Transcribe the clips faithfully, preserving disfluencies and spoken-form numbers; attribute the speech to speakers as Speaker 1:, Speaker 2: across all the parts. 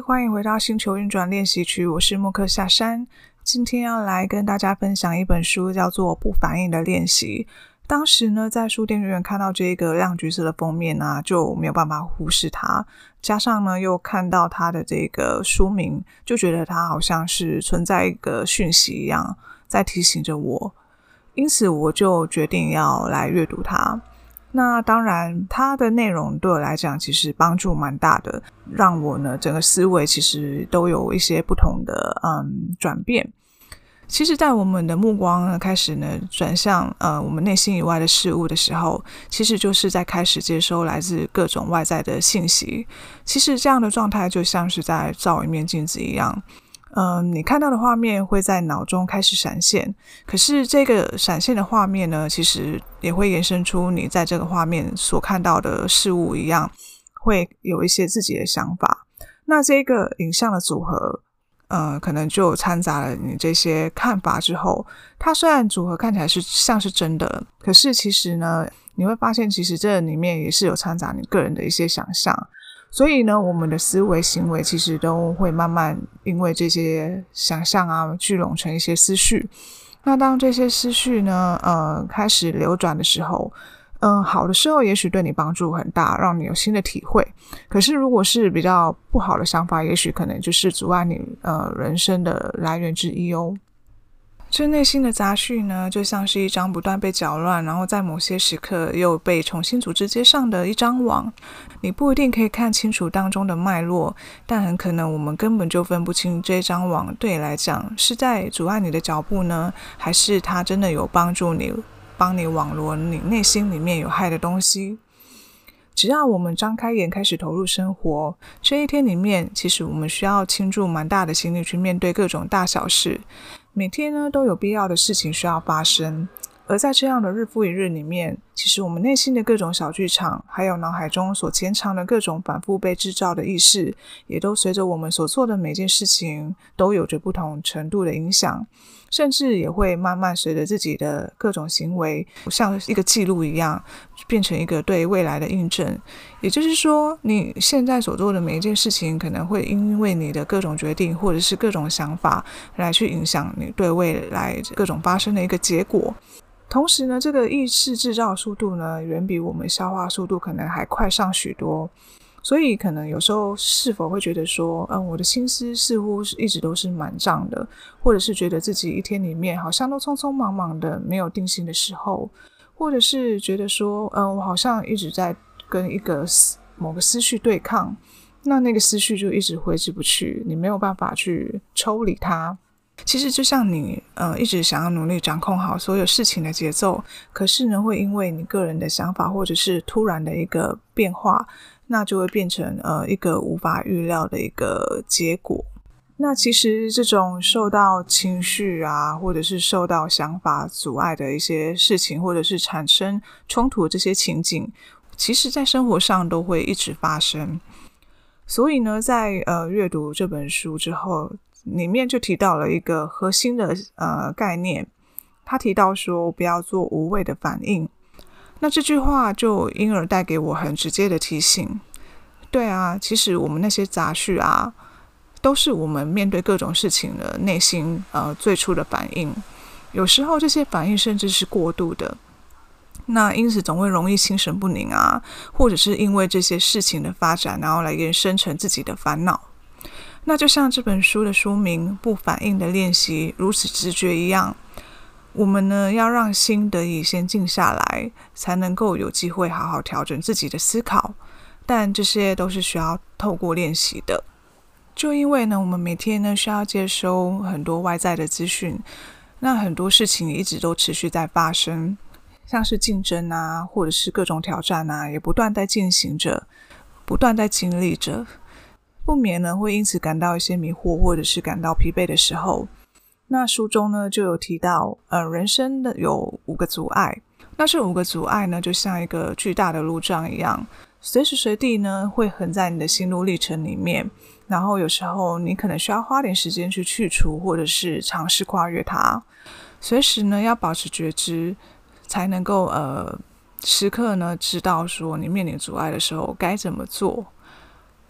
Speaker 1: 欢迎回到星球运转练习区，我是默克夏山。今天要来跟大家分享一本书，叫做《不反应的练习》。当时呢，在书店员看到这个亮橘色的封面啊，就没有办法忽视它。加上呢，又看到它的这个书名，就觉得它好像是存在一个讯息一样，在提醒着我。因此，我就决定要来阅读它。那当然它的内容对我来讲其实帮助蛮大的，让我呢整个思维其实都有一些不同的嗯转变。其实在我们的目光呢开始呢转向呃我们内心以外的事物的时候，其实就是在开始接收来自各种外在的信息。其实这样的状态就像是在照一面镜子一样，嗯，你看到的画面会在脑中开始闪现，可是这个闪现的画面呢，其实也会延伸出你在这个画面所看到的事物一样，会有一些自己的想法。那这个影像的组合，呃，可能就掺杂了你这些看法之后，它虽然组合看起来是像是真的，可是其实呢，你会发现其实这里面也是有掺杂你个人的一些想象。所以呢，我们的思维行为其实都会慢慢因为这些想象啊聚拢成一些思绪。那当这些思绪呢呃开始流转的时候，嗯、呃，好的时候也许对你帮助很大，让你有新的体会。可是如果是比较不好的想法，也许可能就是阻碍你呃人生的来源之一哦。这内心的杂讯呢，就像是一张不断被搅乱，然后在某些时刻又被重新组织接上的一张网。你不一定可以看清楚当中的脉络，但很可能我们根本就分不清这张网对你来讲是在阻碍你的脚步呢，还是它真的有帮助你，帮你网罗你内心里面有害的东西。只要我们张开眼开始投入生活，这一天里面其实我们需要倾注蛮大的心力去面对各种大小事。每天呢都有必要的事情需要发生，而在这样的日复一日里面，其实我们内心的各种小剧场，还有脑海中所潜藏的各种反复被制造的意识，也都随着我们所做的每件事情都有着不同程度的影响，甚至也会慢慢随着自己的各种行为像一个记录一样，变成一个对未来的印证。也就是说，你现在所做的每一件事情可能会因为你的各种决定或者是各种想法来去影响你对未来各种发生的一个结果。同时呢，这个意识制造速度呢，远比我们消化速度可能还快上许多。所以可能有时候是否会觉得说，嗯，我的心思似乎一直都是满胀的，或者是觉得自己一天里面好像都匆匆忙忙的，没有定心的时候，或者是觉得说，嗯，我好像一直在跟一个某个思绪对抗，那那个思绪就一直挥之不去，你没有办法去抽离它。其实就像你呃一直想要努力掌控好所有事情的节奏，可是呢会因为你个人的想法或者是突然的一个变化，那就会变成呃一个无法预料的一个结果。那其实这种受到情绪啊或者是受到想法阻碍的一些事情，或者是产生冲突的这些情景，其实在生活上都会一直发生。所以呢在呃阅读这本书之后，里面就提到了一个核心的呃概念，他提到说不要做无谓的反应。那这句话就因而带给我很直接的提醒，对啊，其实我们那些杂绪啊，都是我们面对各种事情的内心呃最初的反应。有时候这些反应甚至是过度的，那因此总会容易心神不宁啊，或者是因为这些事情的发展，然后来延伸成自己的烦恼。那就像这本书的书名《不反应的练习》如此直觉一样，我们呢要让心得以先静下来，才能够有机会好好调整自己的思考。但这些都是需要透过练习的。就因为呢，我们每天呢需要接收很多外在的资讯，那很多事情一直都持续在发生，像是竞争啊，或者是各种挑战啊，也不断在进行着，不断在经历着。不免呢会因此感到一些迷惑，或者是感到疲惫的时候，那书中呢就有提到呃，人生的有五个阻碍。那这五个阻碍呢就像一个巨大的路障一样，随时随地呢会横在你的心路历程里面，然后有时候你可能需要花点时间去去除，或者是尝试跨越它。随时呢要保持觉知，才能够呃时刻呢知道说你面临阻碍的时候该怎么做。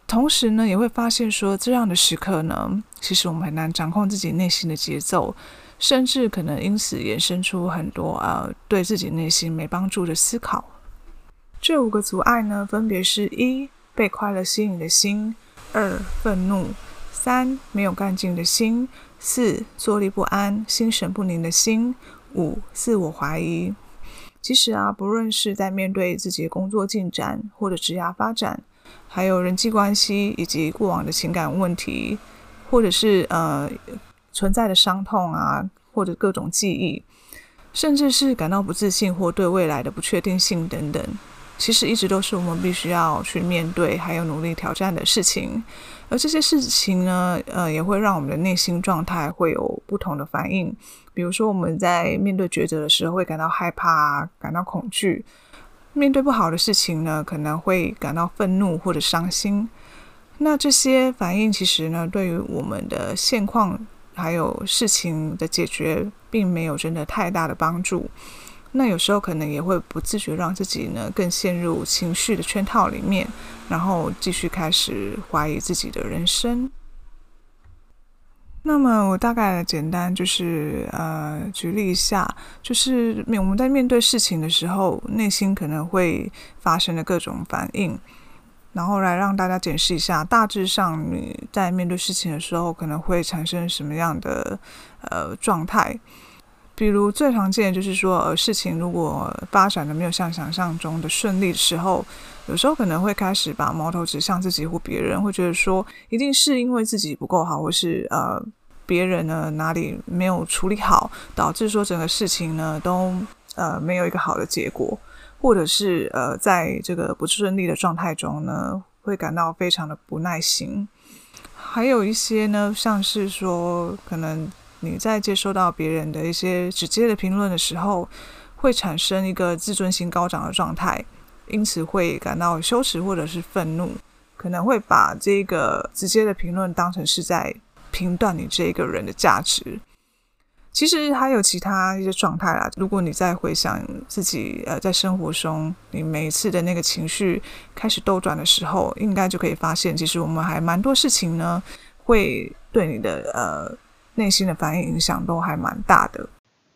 Speaker 1: 同时呢，也会发现说，这样的时刻呢，其实我们很难掌控自己内心的节奏，甚至可能因此衍生出很多呃对自己内心没帮助的思考。这五个阻碍呢，分别是一被快乐吸引的心，二愤怒，三没有干劲的心，四坐立不安、心神不宁的心，五自我怀疑。其实啊，不论是在面对自己的工作进展或者职业发展，还有人际关系以及过往的情感问题，或者是呃存在的伤痛啊，或者各种记忆，甚至是感到不自信或对未来的不确定性等等，其实一直都是我们必须要去面对还有努力挑战的事情。而这些事情呢，呃，也会让我们的内心状态会有不同的反应。比如说我们在面对抉择的时候会感到害怕，感到恐惧，面对不好的事情呢，可能会感到愤怒或者伤心。那这些反应其实呢，对于我们的现况还有事情的解决并没有真的太大的帮助。那有时候可能也会不自觉让自己呢更陷入情绪的圈套里面，然后继续开始怀疑自己的人生。那么我大概简单就是呃举例一下，就是我们在面对事情的时候，内心可能会发生的各种反应，然后来让大家检视一下，大致上你在面对事情的时候可能会产生什么样的呃状态。比如最常见的就是说，呃，事情如果发展的没有像想象中的顺利的时候，有时候可能会开始把矛头指向自己或别人，会觉得说一定是因为自己不够好，或是呃别人呢哪里没有处理好，导致说整个事情呢都呃没有一个好的结果，或者是呃在这个不顺利的状态中呢，会感到非常的不耐心。还有一些呢，像是说可能你在接收到别人的一些直接的评论的时候，会产生一个自尊心高涨的状态，因此会感到羞耻或者是愤怒，可能会把这个直接的评论当成是在评断你这个人的价值。其实还有其他一些状态啦，如果你在回想自己呃在生活中你每一次的那个情绪开始兜转的时候，应该就可以发现，其实我们还蛮多事情呢会对你的呃内心的反应影响都还蛮大的。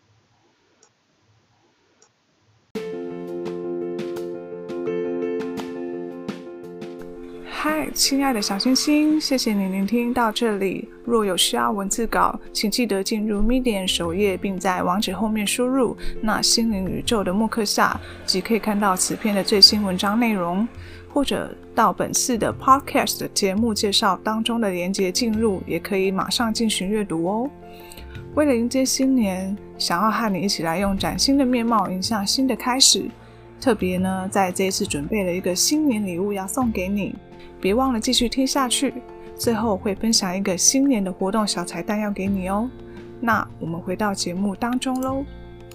Speaker 1: 嗨，亲爱的小星星，谢谢你聆听到这里。若有需要文字稿，请记得进入 Medium 首页，并在网址后面输入那心灵宇宙的默克夏，即可以看到此篇的最新文章内容，或者到本次的 Podcast 的节目介绍当中的连结进入，也可以马上进行阅读哦。为了迎接新年，想要和你一起来用崭新的面貌迎向新的开始，特别呢，在这一次准备了一个新年礼物要送给你，别忘了继续听下去，最后会分享一个新年的活动小彩蛋要给你哦。那我们回到节目当中咯。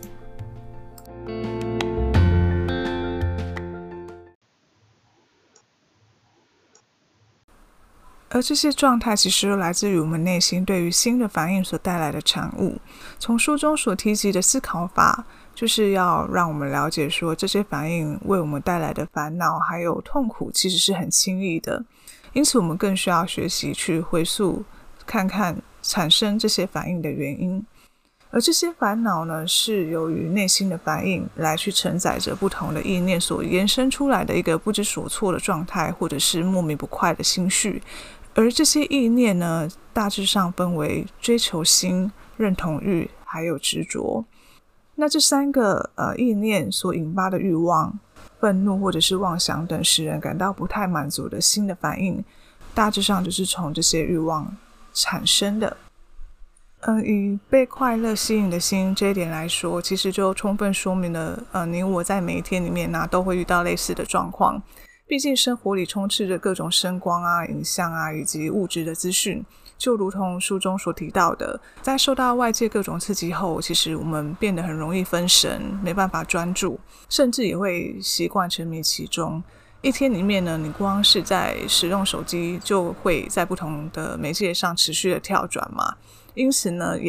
Speaker 1: 而这些状态其实来自于我们内心对于新的反应所带来的产物。从书中所提及的思考法，就是要让我们了解说，这些反应为我们带来的烦恼还有痛苦其实是很轻易的，因此我们更需要学习去回溯看看产生这些反应的原因。而这些烦恼呢，是由于内心的反应来去承载着不同的意念所延伸出来的一个不知所措的状态，或者是莫名不快的心绪。而这些意念呢，大致上分为追求心、认同欲还有执着。那这三个呃意念所引发的欲望、愤怒或者是妄想等使人感到不太满足的新的反应，大致上就是从这些欲望产生的。呃，以被快乐吸引的心这一点来说，其实就充分说明了呃你我在每一天里面呢、啊、都会遇到类似的状况。毕竟生活里充斥着各种声光啊、影像啊以及物质的资讯，就如同书中所提到的，在受到外界各种刺激后，其实我们变得很容易分神，没办法专注，甚至也会习惯沉迷其中。一天里面呢，你光是在使用手机就会在不同的媒介上持续的跳转嘛，因此呢也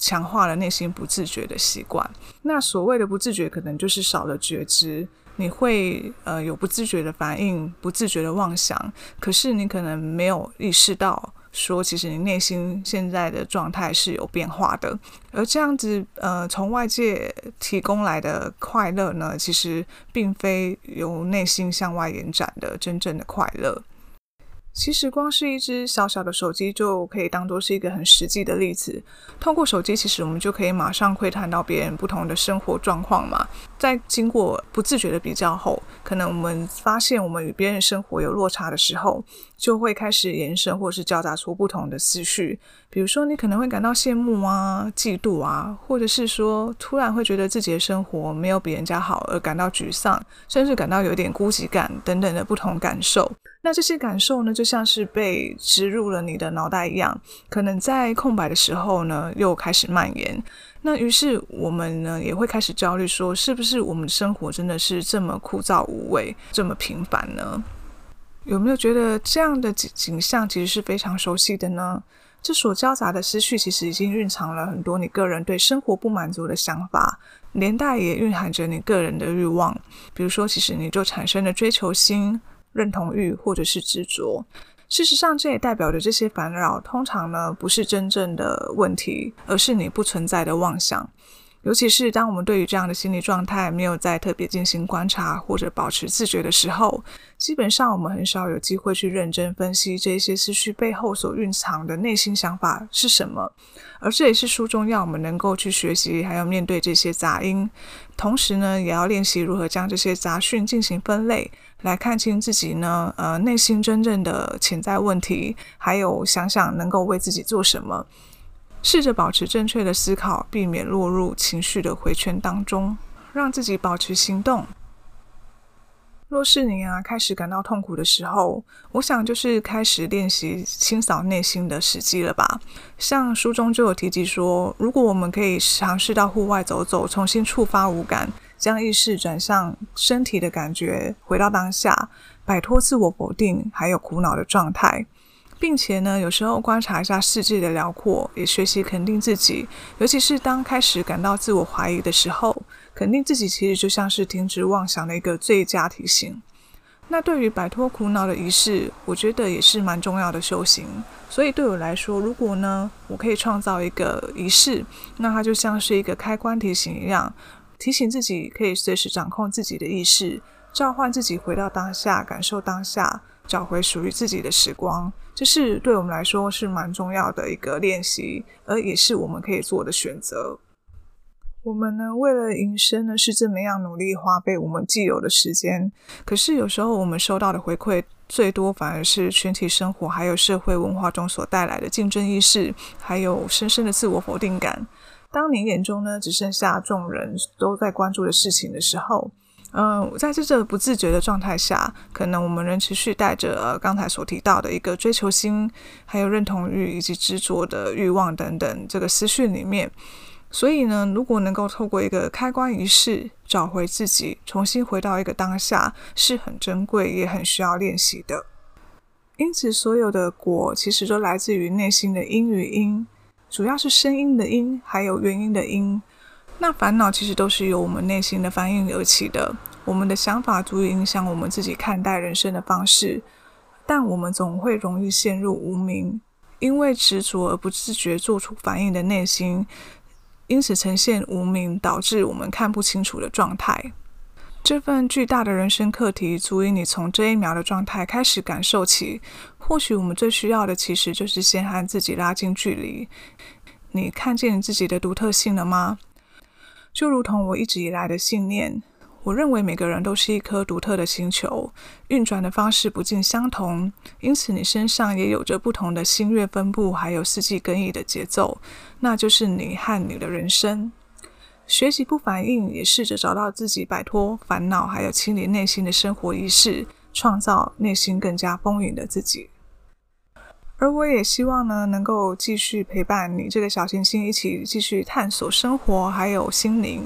Speaker 1: 强化了内心不自觉的习惯。那所谓的不自觉，可能就是少了觉知，你会呃有不自觉的反应，不自觉的妄想，可是你可能没有意识到说其实你内心现在的状态是有变化的。而这样子呃从外界提供来的快乐呢，其实并非由内心向外延展的真正的快乐。其实光是一只小小的手机就可以当作是一个很实际的例子，透过手机其实我们就可以马上窥探到别人不同的生活状况嘛。在经过不自觉的比较后，可能我们发现我们与别人生活有落差的时候，就会开始延伸或是交杂出不同的思绪。比如说你可能会感到羡慕啊、嫉妒啊，或者是说突然会觉得自己的生活没有比人家好而感到沮丧，甚至感到有点孤寂感等等的不同感受。那这些感受呢，就像是被植入了你的脑袋一样，可能在空白的时候呢又开始蔓延。那于是我们呢也会开始焦虑，说是不是我们的生活真的是这么枯燥无味，这么平凡呢？有没有觉得这样的景象其实是非常熟悉的呢？这所交杂的思绪其实已经蕴藏了很多你个人对生活不满足的想法，连带也蕴含着你个人的欲望。比如说其实你就产生了追求心、认同欲或者是执着。事实上这也代表着这些烦扰通常呢不是真正的问题，而是你不存在的妄想。尤其是当我们对于这样的心理状态没有再特别进行观察或者保持自觉的时候，基本上我们很少有机会去认真分析这些思绪背后所蕴藏的内心想法是什么。而这也是书中要我们能够去学习还有面对这些杂音，同时呢也要练习如何将这些杂讯进行分类，来看清自己呢呃内心真正的潜在问题，还有想想能够为自己做什么。试着保持正确的思考，避免落入情绪的回圈当中，让自己保持行动。若是你啊开始感到痛苦的时候，我想就是开始练习清扫内心的时机了吧。像书中就有提及说，如果我们可以尝试到户外走走，重新触发五感，将意识转向身体的感觉，回到当下，摆脱自我否定还有苦恼的状态，并且呢有时候观察一下世界的辽阔，也学习肯定自己。尤其是当开始感到自我怀疑的时候，肯定自己其实就像是停止妄想的一个最佳提醒。那对于摆脱苦恼的仪式，我觉得也是蛮重要的修行。所以对我来说，如果呢我可以创造一个仪式，那它就像是一个开关提醒一样，提醒自己可以随时掌控自己的意识，召唤自己回到当下，感受当下，找回属于自己的时光。这是对我们来说是蛮重要的一个练习，而也是我们可以做的选择。我们呢为了营生呢是这么样努力花费我们既有的时间，可是有时候我们收到的回馈最多反而是群体生活还有社会文化中所带来的竞争意识，还有深深的自我否定感。当你眼中呢只剩下众人都在关注的事情的时候，嗯，在这个不自觉的状态下，可能我们仍持续带着、呃、刚才所提到的一个追求心，还有认同欲以及执着的欲望等等这个思绪里面。所以呢，如果能够透过一个开关仪式找回自己，重新回到一个当下，是很珍贵也很需要练习的。因此所有的果其实都来自于内心的因与因，主要是声音的因还有原因的因。那烦恼其实都是由我们内心的反应而起的，我们的想法足以影响我们自己看待人生的方式，但我们总会容易陷入无明，因为执着而不自觉做出反应的内心，因此呈现无明，导致我们看不清楚的状态。这份巨大的人生课题足以你从这一秒的状态开始感受起，或许我们最需要的其实就是先和自己拉近距离。你看见你自己的独特性了吗？就如同我一直以来的信念，我认为每个人都是一颗独特的星球，运转的方式不尽相同，因此你身上也有着不同的星月分布，还有四季更替的节奏，那就是你和你的人生。学习不反应，也试着找到自己摆脱烦恼，还有清理内心的生活仪式，创造内心更加丰盈的自己。而我也希望呢，能够继续陪伴你这个小行星，一起继续探索生活还有心灵，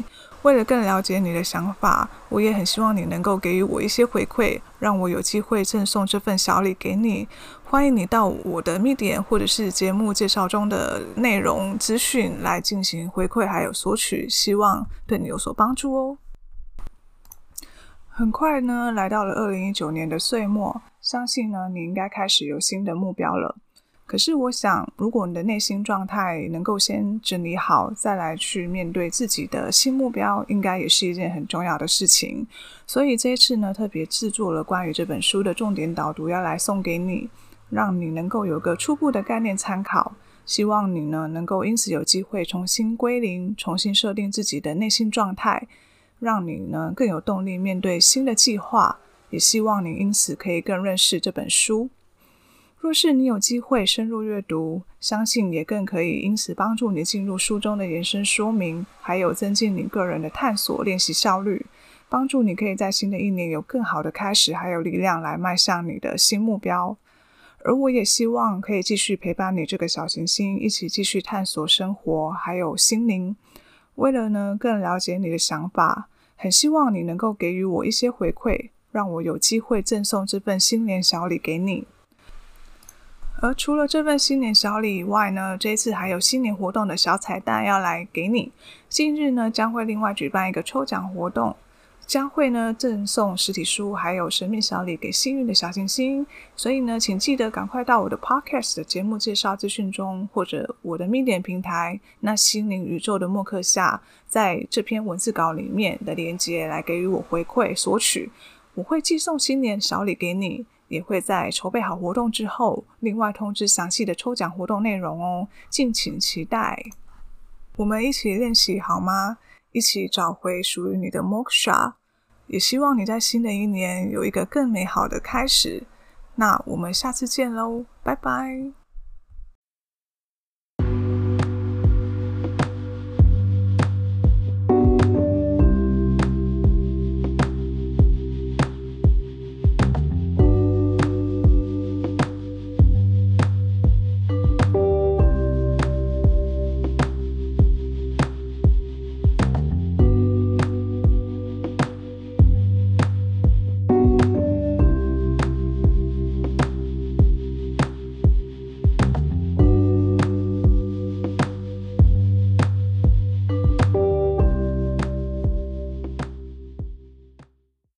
Speaker 1: 为了更了解你的想法，我也很希望你能够给予我一些回馈，让我有机会赠送这份小礼给你。欢迎你到我的 Medium 或者是节目介绍中的内容资讯来进行回馈还有索取，希望对你有所帮助哦。很快呢，来到了二零一九年的岁末，相信呢你应该开始有新的目标了。可是我想，如果你的内心状态能够先整理好，再来去面对自己的新目标，应该也是一件很重要的事情。所以这一次呢，特别制作了关于这本书的重点导读，要来送给你，让你能够有个初步的概念参考。希望你呢能够因此有机会重新归零，重新设定自己的内心状态，让你呢更有动力面对新的计划。也希望你因此可以更认识这本书。若是你有机会深入阅读，相信也更可以因此帮助你进入书中的延伸说明，还有增进你个人的探索练习效率，帮助你可以在新的一年有更好的开始，还有力量来迈向你的新目标。而我也希望可以继续陪伴你这个小行星，一起继续探索生活还有心灵。为了呢更了解你的想法，很希望你能够给予我一些回馈，让我有机会赠送这份新年小礼给你。而除了这份新年小礼以外呢，这一次还有新年活动的小彩蛋要来给你。近日呢将会另外举办一个抽奖活动，将会呢赠送实体书还有神秘小礼给幸运的小行星。所以呢请记得赶快到我的 Podcast 的节目介绍资讯中，或者我的 Medium 平台那心灵宇宙的默克夏，在这篇文字稿里面的连结来给予我回馈索取。我会寄送新年小礼给你，也会在筹备好活动之后另外通知详细的抽奖活动内容哦，敬请期待。我们一起练习好吗？一起找回属于你的 Moksha， 也希望你在新的一年有一个更美好的开始。那我们下次见咯，拜拜。